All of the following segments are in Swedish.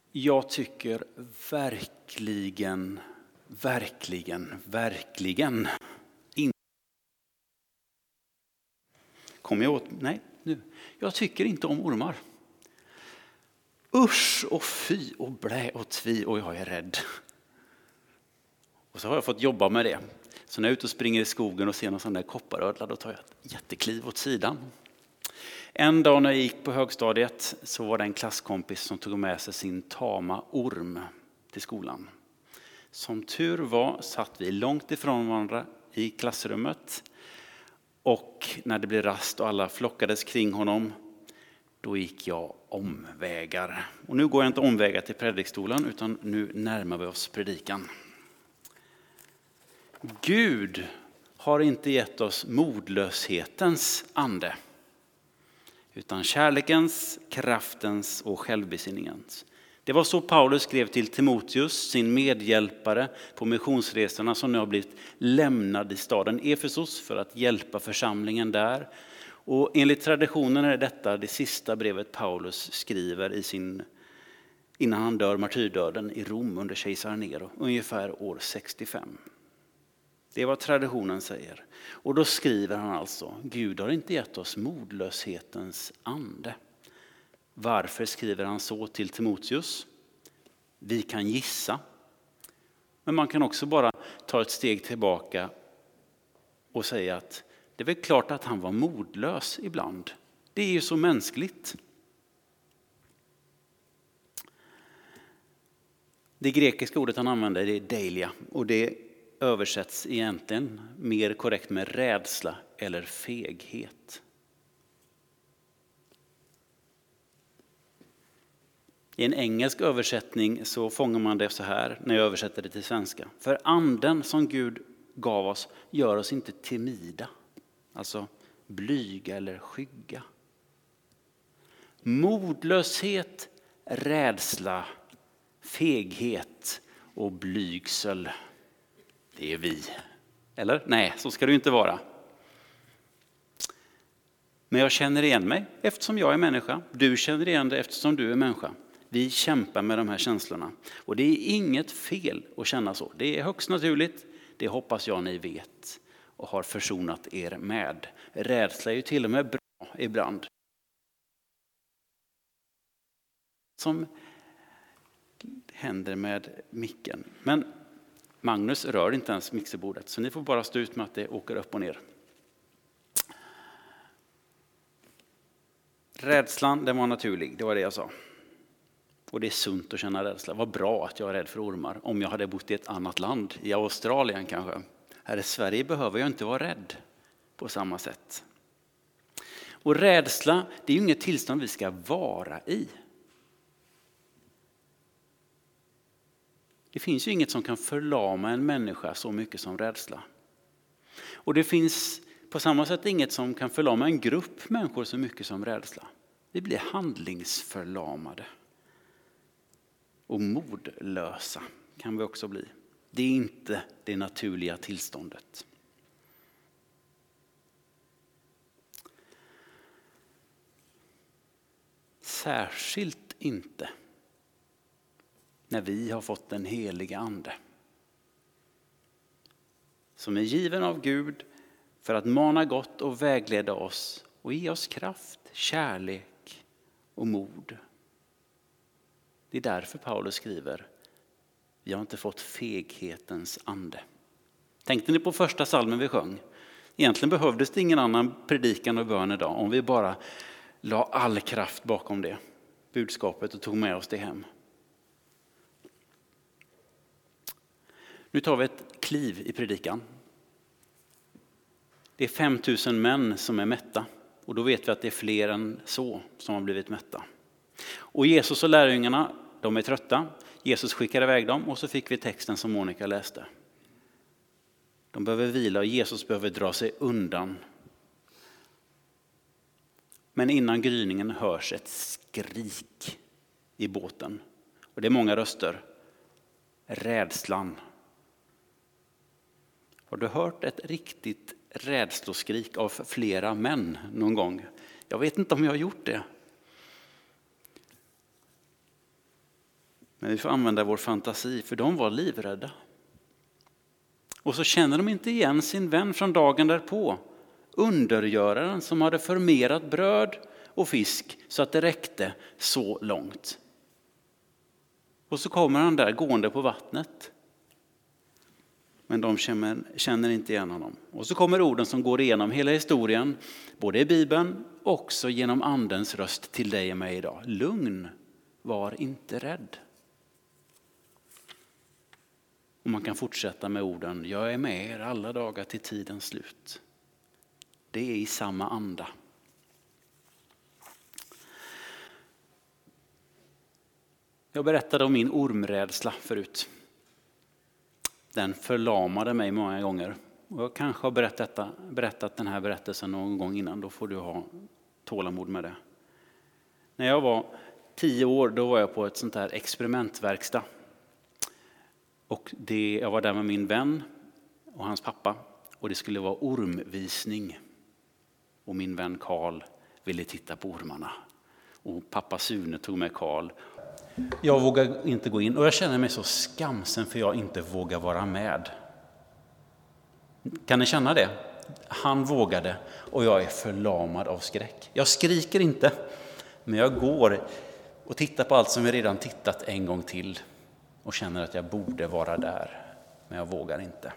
Jag tycker verkligen Kommer jag åt? Nej, nu. Jag tycker inte om ormar. Usch och fy och blä och tvi och jag är rädd. Och så har jag fått jobba med det. Så när jag är ute och springer i skogen och ser någon sån där kopparödla, då tar jag ett jättekliv åt sidan. En dag när jag gick på högstadiet så var det en klasskompis som tog med sig sin tama orm till skolan. Som tur var satt vi långt ifrån varandra i klassrummet. Och när det blev rast och alla flockades kring honom, då gick jag omvägar. Och nu går jag inte omvägar till predikstolen, utan nu närmar vi oss predikan. Gud har inte gett oss modlöshetens ande, utan kärlekens, kraftens och självbesinningens. Det var så Paulus skrev till Timoteus, sin medhjälpare på missionsresorna, som nu har blivit lämnad i staden Efesos för att hjälpa församlingen där. Och enligt traditionen är detta det sista brevet Paulus skriver innan han dör martyrdöden i Rom under kejsar Nero, ungefär år 65. Det är vad traditionen säger. Och då skriver han alltså: Gud har inte gett oss modlöshetens ande. Varför skriver han så till Timoteus? Vi kan gissa. Men man kan också bara ta ett steg tillbaka och säga att det är väl klart att han var modlös ibland. Det är ju så mänskligt. Det grekiska ordet han använder är deilia, och det översätts egentligen mer korrekt med rädsla eller feghet. I en engelsk översättning så fångar man det så här när jag översätter det till svenska. För anden som Gud gav oss gör oss inte timida, alltså blyga eller skygga. Modlöshet, rädsla, feghet och blygsel, det är vi. Eller? Nej, så ska det ju inte vara. Men jag känner igen mig eftersom jag är människa. Du känner igen dig eftersom du är människa. Vi kämpar med de här känslorna. Och det är inget fel att känna så. Det är högst naturligt. Det hoppas jag ni vet och har försonat er med. Rädsla är ju till och med bra ibland. Som händer med micken. Men Magnus rör inte ens mixerbordet, så ni får bara stå ut med att det åker upp och ner. Rädslan, den var naturlig, det var det jag sa. Och det är sunt att känna rädsla. Vad bra att jag är rädd för ormar. Om jag hade bott i ett annat land, i Australien kanske. Här i Sverige behöver jag inte vara rädd på samma sätt. Och rädsla, det är ju inget tillstånd vi ska vara i. Det finns ju inget som kan förlama en människa så mycket som rädsla. Och det finns på samma sätt inget som kan förlama en grupp människor så mycket som rädsla. Vi blir handlingsförlamade. Och modlösa kan vi också bli. Det är inte det naturliga tillståndet. Särskilt inte när vi har fått den heliga ande. Som är given av Gud för att mana gott och vägleda oss och ge oss kraft, kärlek och mod. Det är därför Paulus skriver: vi har inte fått feghetens ande. Tänkte ni på första salmen vi sjöng? Egentligen behövdes det ingen annan predikan och bön idag om vi bara la all kraft bakom det budskapet och tog med oss det hem. Nu tar vi ett kliv i predikan. Det är 5000 män som är mätta. Och då vet vi att det är fler än så som har blivit mätta. Och Jesus och lärjungarna, de är trötta. Jesus skickar iväg dem och så fick vi texten som Monica läste. De behöver vila och Jesus behöver dra sig undan. Men innan gryningen hörs ett skrik i båten. Och det är många röster. Rädslan. Har du hört ett riktigt rädsloskrik av flera män någon gång? Jag vet inte om jag har gjort det. Men vi får använda vår fantasi, för de var livrädda. Och så känner de inte igen sin vän från dagen därpå. Undergöraren som hade förmerat bröd och fisk så att det räckte så långt. Och så kommer han där gående på vattnet. Men de känner inte igen honom. Och så kommer orden som går igenom hela historien, både i Bibeln och också genom andens röst till dig och mig idag. Lugn, var inte rädd. Och man kan fortsätta med orden, jag är med er alla dagar till tidens slut. Det är i samma anda. Jag berättade om min ormrädsla förut. Den förlamade mig många gånger. Och jag kanske har berättat den här berättelsen någon gång innan. Då får du ha tålamod med det. När jag var 10 år, då var jag på ett sånt här experimentverkstad. Och jag var där med min vän och hans pappa. Och det skulle vara ormvisning. Och min vän Karl ville titta på ormarna. Och pappa Sune tog med Karl. Jag vågar inte gå in och jag känner mig så skamsen för jag inte vågar vara med. Kan ni känna det? Han vågade och jag är förlamad av skräck. Jag skriker inte, men jag går och tittar på allt som jag redan tittat en gång till och känner att jag borde vara där, men jag vågar inte.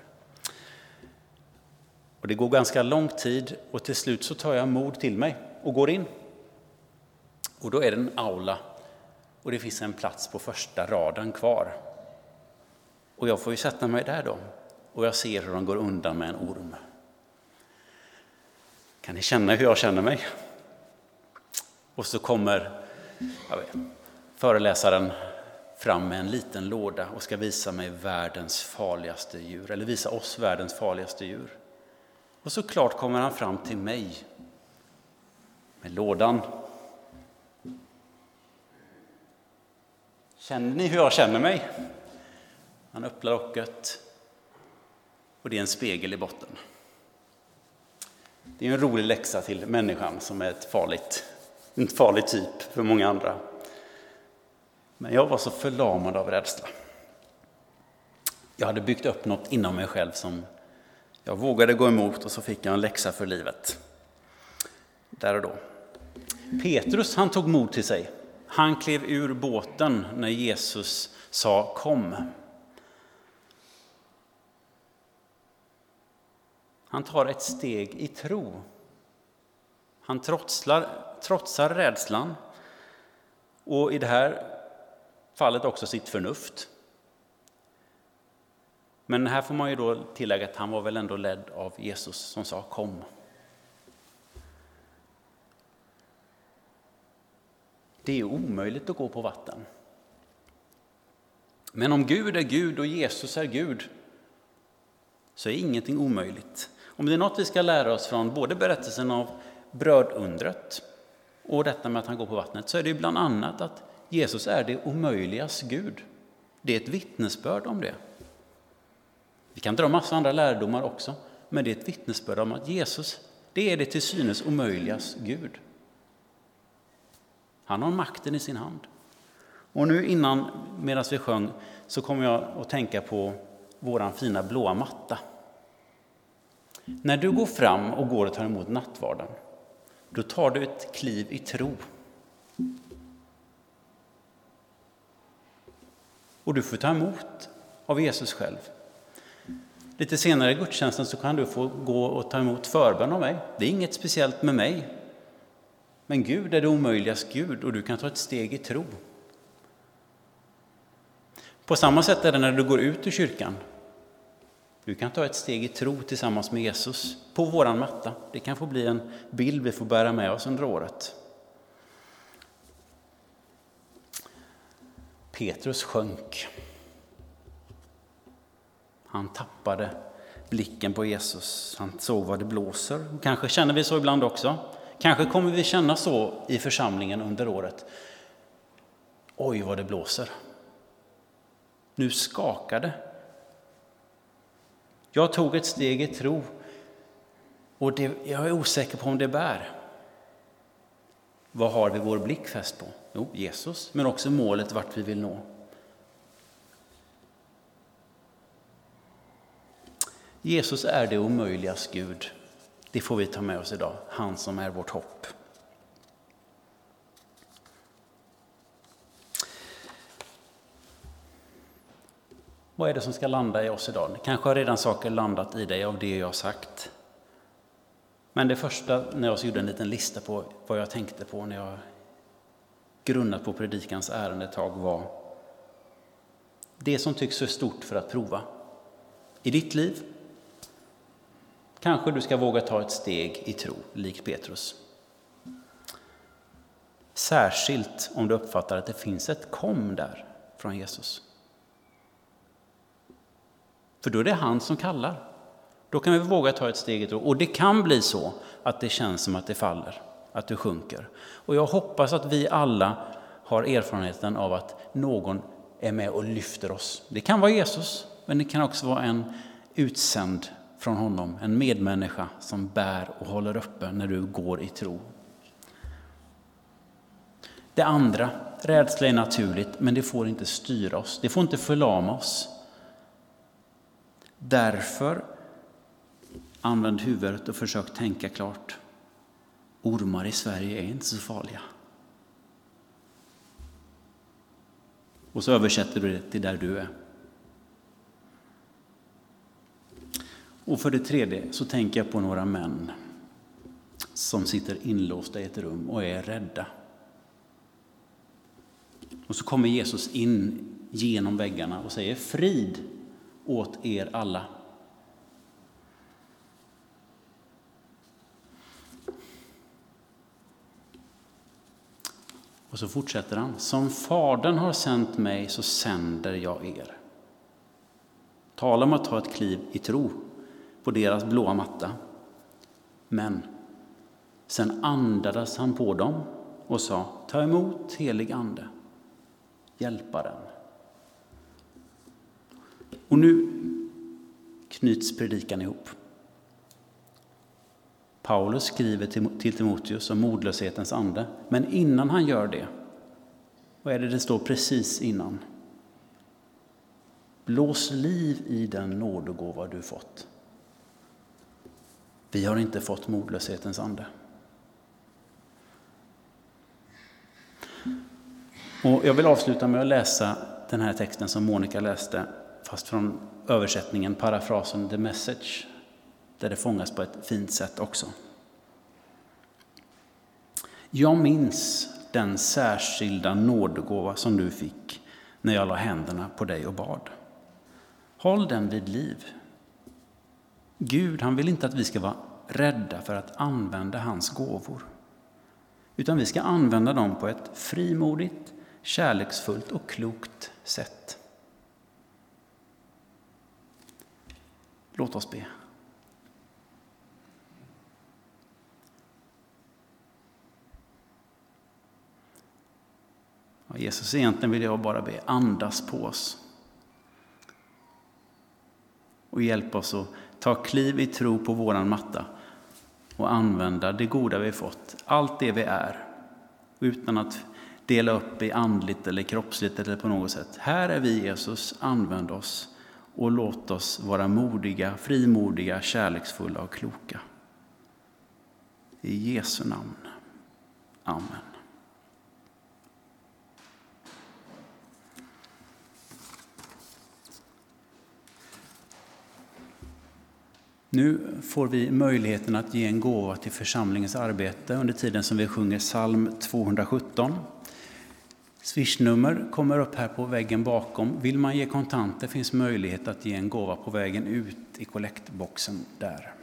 Och det går ganska lång tid och till slut så tar jag mod till mig och går in. Och då är det en aula. Och det finns en plats på första raden kvar. Och jag får ju sätta mig där då. Och jag ser hur de går undan med en orm. Kan ni känna hur jag känner mig? Och så kommer föreläsaren fram med en liten låda och ska visa mig världens farligaste djur. Eller visa oss världens farligaste djur. Och så klart kommer han fram till mig med lådan. Känner ni hur jag känner mig? Han öppnar locket och det är en spegel i botten. Det är en rolig läxa till människan som är en farlig typ för många andra. Men jag var så förlamad av rädsla. Jag hade byggt upp något inom mig själv som jag vågade gå emot och så fick jag en läxa för livet. Där och då. Petrus, han tog mod till sig. Han klev ur båten när Jesus sa kom. Han tar ett steg i tro. Han trotsar rädslan och i det här fallet också sitt förnuft. Men här får man ju då tillägga att han var väl ändå ledd av Jesus som sa kom. Det är omöjligt att gå på vatten. Men om Gud är Gud och Jesus är Gud så är ingenting omöjligt. Om det är något vi ska lära oss från både berättelsen av brödundret och detta med att han går på vattnet så är det bland annat att Jesus är det omöjligas Gud. Det är ett vittnesbörd om det. Vi kan dra massa andra lärdomar också, men det är ett vittnesbörd om att Jesus, det är det till synes omöjligas Gud. Han har makten i sin hand. Och nu medan vi sjöng så kommer jag att tänka på våran fina blåa matta. När du går fram och går och tar emot nattvarden, då tar du ett kliv i tro. Och du får ta emot av Jesus själv. Lite senare i gudstjänsten så kan du få gå och ta emot förbön av mig. Det är inget speciellt med mig. Men Gud är det omöjligas Gud och du kan ta ett steg i tro. På samma sätt är det när du går ut ur kyrkan. Du kan ta ett steg i tro tillsammans med Jesus på våran matta. Det kan få bli en bild vi får bära med oss under året. Petrus sjönk. Han tappade blicken på Jesus. Han såg vad det blåser. Kanske känner vi så ibland också. Kanske kommer vi känna så i församlingen under året. Oj, vad det blåser. Nu skakar det. Jag tog ett steg i tro och jag är osäker på om det bär. Vad har vi vår blick fäst på? Jo, Jesus, men också målet vart vi vill nå. Jesus är det omöjligas Gud. Det får vi ta med oss idag. Han som är vårt hopp. Vad är det som ska landa i oss idag? Det kanske har redan saker landat i dig av det jag har sagt. Men det första när jag gjorde en liten lista på vad jag tänkte på när jag grunnat på predikans ärende ett tag var det som tycks för stort för att prova. I ditt liv kanske du ska våga ta ett steg i tro, likt Petrus. Särskilt om du uppfattar att det finns ett kom där från Jesus. För då är det han som kallar. Då kan vi våga ta ett steg i tro. Och det kan bli så att det känns som att det faller, att det sjunker. Och jag hoppas att vi alla har erfarenheten av att någon är med och lyfter oss. Det kan vara Jesus, men det kan också vara en utsänd från honom. En medmänniska som bär och håller uppe när du går i tro. Det andra, rädsla är naturligt, men det får inte styra oss. Det får inte förlama oss. Därför använd huvudet och försök tänka klart. Ormar i Sverige är inte så farliga. Och så översätter du det till där du är. Och för det tredje så tänker jag på några män som sitter inlåsta i ett rum och är rädda. Och så kommer Jesus in genom väggarna och säger frid åt er alla. Och så fortsätter han. Som Fadern har sänt mig så sänder jag er. Tala om att ta ett kliv i tro på deras blåa matta. Men sen andades han på dem och sa, ta emot helig ande, hjälparen. Och nu knyts predikan ihop. Paulus skriver till Timoteus om modlöshetens ande. Men innan han gör det, vad är det står precis innan? Blås liv i den nådegåva du fått. Vi har inte fått modlöshetens ande. Och jag vill avsluta med att läsa den här texten som Monica läste, fast från översättningen, parafrasen The Message, där det fångas på ett fint sätt också. Jag minns den särskilda nådegåva som du fick när jag la händerna på dig och bad. Håll den vid liv. Gud, han vill inte att vi ska vara rädda för att använda hans gåvor, utan vi ska använda dem på ett frimodigt, kärleksfullt och klokt sätt. Låt oss be. Ja, Jesus, egentligen vill jag bara be, andas på oss. Och hjälp oss att ta kliv i tro på våran matta och använda det goda vi fått, allt det vi är, utan att dela upp i andligt eller kroppsligt eller på något sätt. Här är vi, Jesus, använd oss och låt oss vara modiga, frimodiga, kärleksfulla och kloka. I Jesu namn. Amen. Nu får vi möjligheten att ge en gåva till församlingens arbete under tiden som vi sjunger psalm 217. Swishnummer kommer upp här på väggen bakom. Vill man ge kontanter finns möjlighet att ge en gåva på vägen ut i kollektboxen där.